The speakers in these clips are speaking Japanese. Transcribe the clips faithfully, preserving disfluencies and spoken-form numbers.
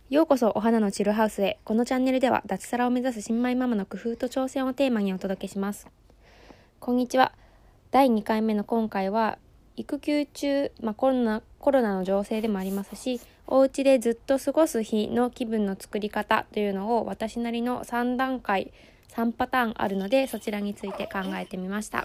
ようこそお花のチルハウスへ。このチャンネルでは脱サラを目指す新米ママの工夫と挑戦をテーマにお届けします。こんにちは。だいにかいめの今回は育休中、まあ、コロナ、コロナの情勢でもありますし、お家でずっと過ごす日の気分の作り方というのを私なりのさんだんかいさんパターンあるので、そちらについて考えてみました。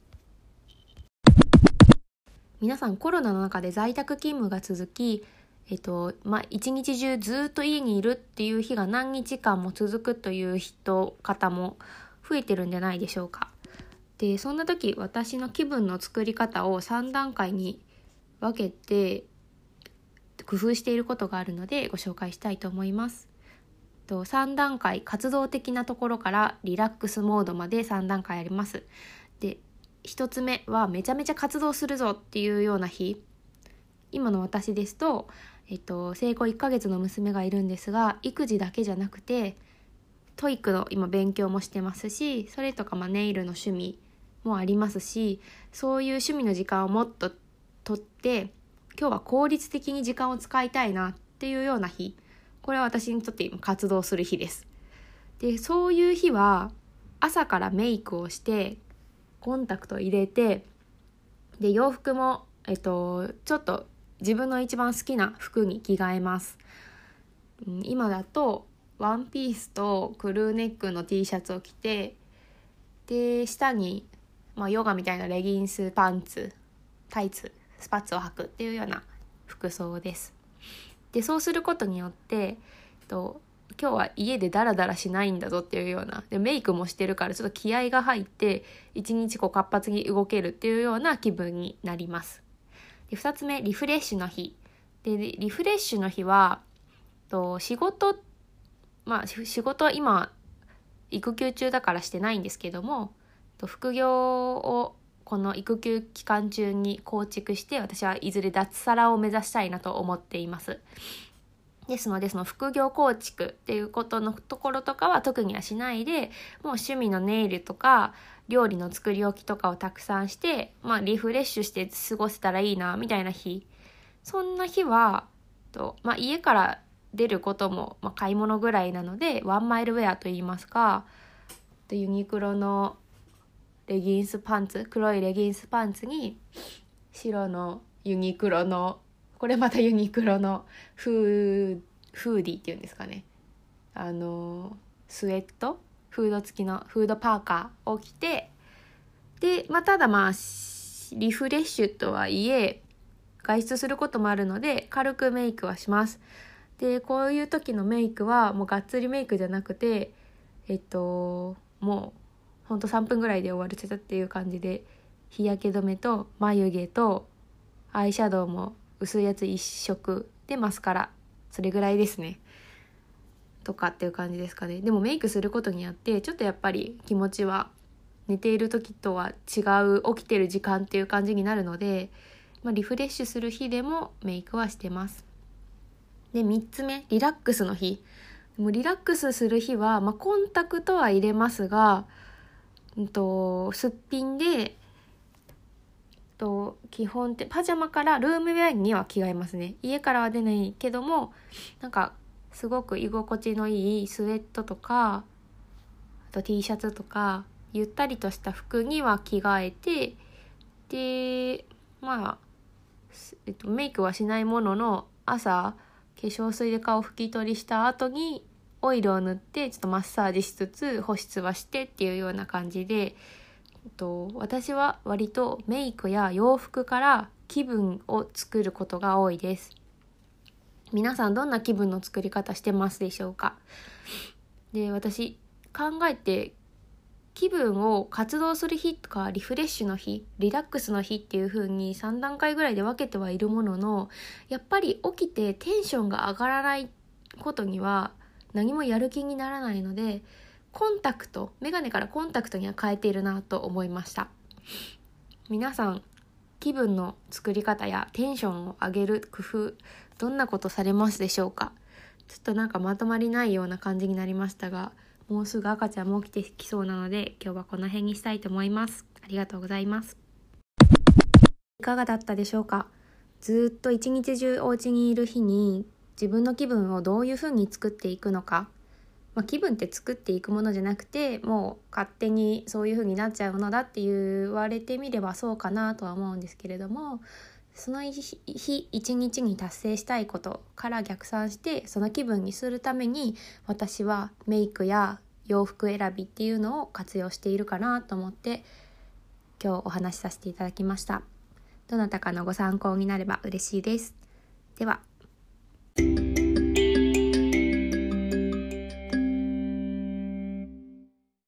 皆さんコロナの中で在宅勤務が続き、えっとまあ、一日中ずっと家にいるっていう日が何日間も続くという人方も増えてるんじゃないでしょうか。でそんな時、私の気分の作り方をさんだんかいに分けて工夫していることがあるのでご紹介したいと思います。とさんだんかい、活動的なところからリラックスモードまでさんだんかいあります。でひとつめはめちゃめちゃ活動するぞっていうような日。今の私ですと、えっと、生後いっかげつの娘がいるんですが、育児だけじゃなくてトイックの今勉強もしてますし、それとかまあネイルの趣味もありますし、そういう趣味の時間をもっと取って今日は効率的に時間を使いたいなっていうような日、これは私にとって今活動する日です。でそういう日は朝からメイクをしてコンタクトを入れて、で洋服も、えっと、ちょっと自分の一番好きな服に着替えます。今だとワンピースとクルーネックの T シャツを着て、で下に、まあ、ヨガみたいなレギンス、パンツ、タイツ、スパッツを履くっていうような服装です。でそうすることによって、えっと、今日は家でダラダラしないんだぞっていうような、でメイクもしてるからちょっと気合が入って一日こう活発に動けるっていうような気分になります。でふたつめ、リフレッシュの日で、リフレッシュの日はと仕事まあ仕事は今育休中だからしてないんですけども、副業をこの育休期間中に構築して、私はいずれ脱サラを目指したいなと思っています。ですので、その副業構築っていうことのところとかは特にはしないで、もう趣味のネイルとか料理の作り置きとかをたくさんして、まあリフレッシュして過ごせたらいいなみたいな日、そんな日はと、まあ、家から出ることも、まあ、買い物ぐらいなのでワンマイルウェアといいますか、ユニクロのレギンスパンツ、黒いレギンスパンツに白のユニクロの、これまたユニクロのフー、フーディーっていうんですかね、あのスウェット、フード付きのフードパーカーを着て、で、まあ、ただまあリフレッシュとはいえ外出することもあるので軽くメイクはします。でこういう時のメイクはもうがっつりメイクじゃなくて、えっともうほんとさんぷんぐらいで終わるせたっていう感じで、日焼け止めと眉毛とアイシャドウも薄いやつ一色で、マスカラ、それぐらいですねとかっていう感じですかね。でもメイクすることによってちょっとやっぱり気持ちは寝ている時とは違う、起きてる時間っていう感じになるので、まあ、リフレッシュする日でもメイクはしてます。でみっつめ、リラックスの日。もうリラックスする日は、まあ、コンタクトは入れますが、うんと、すっぴんでと基本ってパジャマからルームウェアには着替えますね。家からは出ないけども、なんかすごく居心地のいいスウェットとか、あと T シャツとかゆったりとした服には着替えて、でまあ、えっと、メイクはしないものの、朝化粧水で顔拭き取りした後にオイルを塗ってちょっとマッサージしつつ保湿はしてっていうような感じで、と私は割とメイクや洋服から気分を作ることが多いです。皆さんどんな気分の作り方してますでしょうか。で私考えて、気分を活動する日とかリフレッシュの日、リラックスの日っていう風にさんだんかいぐらいで分けてはいるものの、やっぱり起きてテンションが上がらないことには何もやる気にならないので、コンタクト、メガネからコンタクトには変えているなと思いました。皆さん気分の作り方やテンションを上げる工夫、どんなことされますでしょうか。ちょっとなんかまとまりないような感じになりましたが、もうすぐ赤ちゃんも起きてきそうなので今日はこの辺にしたいと思います。ありがとうございます。いかがだったでしょうか。ずっと一日中お家にいる日に自分の気分をどういうふうに作っていくのか、まあ、気分って作っていくものじゃなくて、もう勝手にそういうふうになっちゃうものだって言われてみればそうかなとは思うんですけれども、その日一日に達成したいことから逆算して、その気分にするために私はメイクや洋服選びっていうのを活用しているかなと思って今日お話しさせていただきました。どなたかのご参考になれば嬉しいです。では。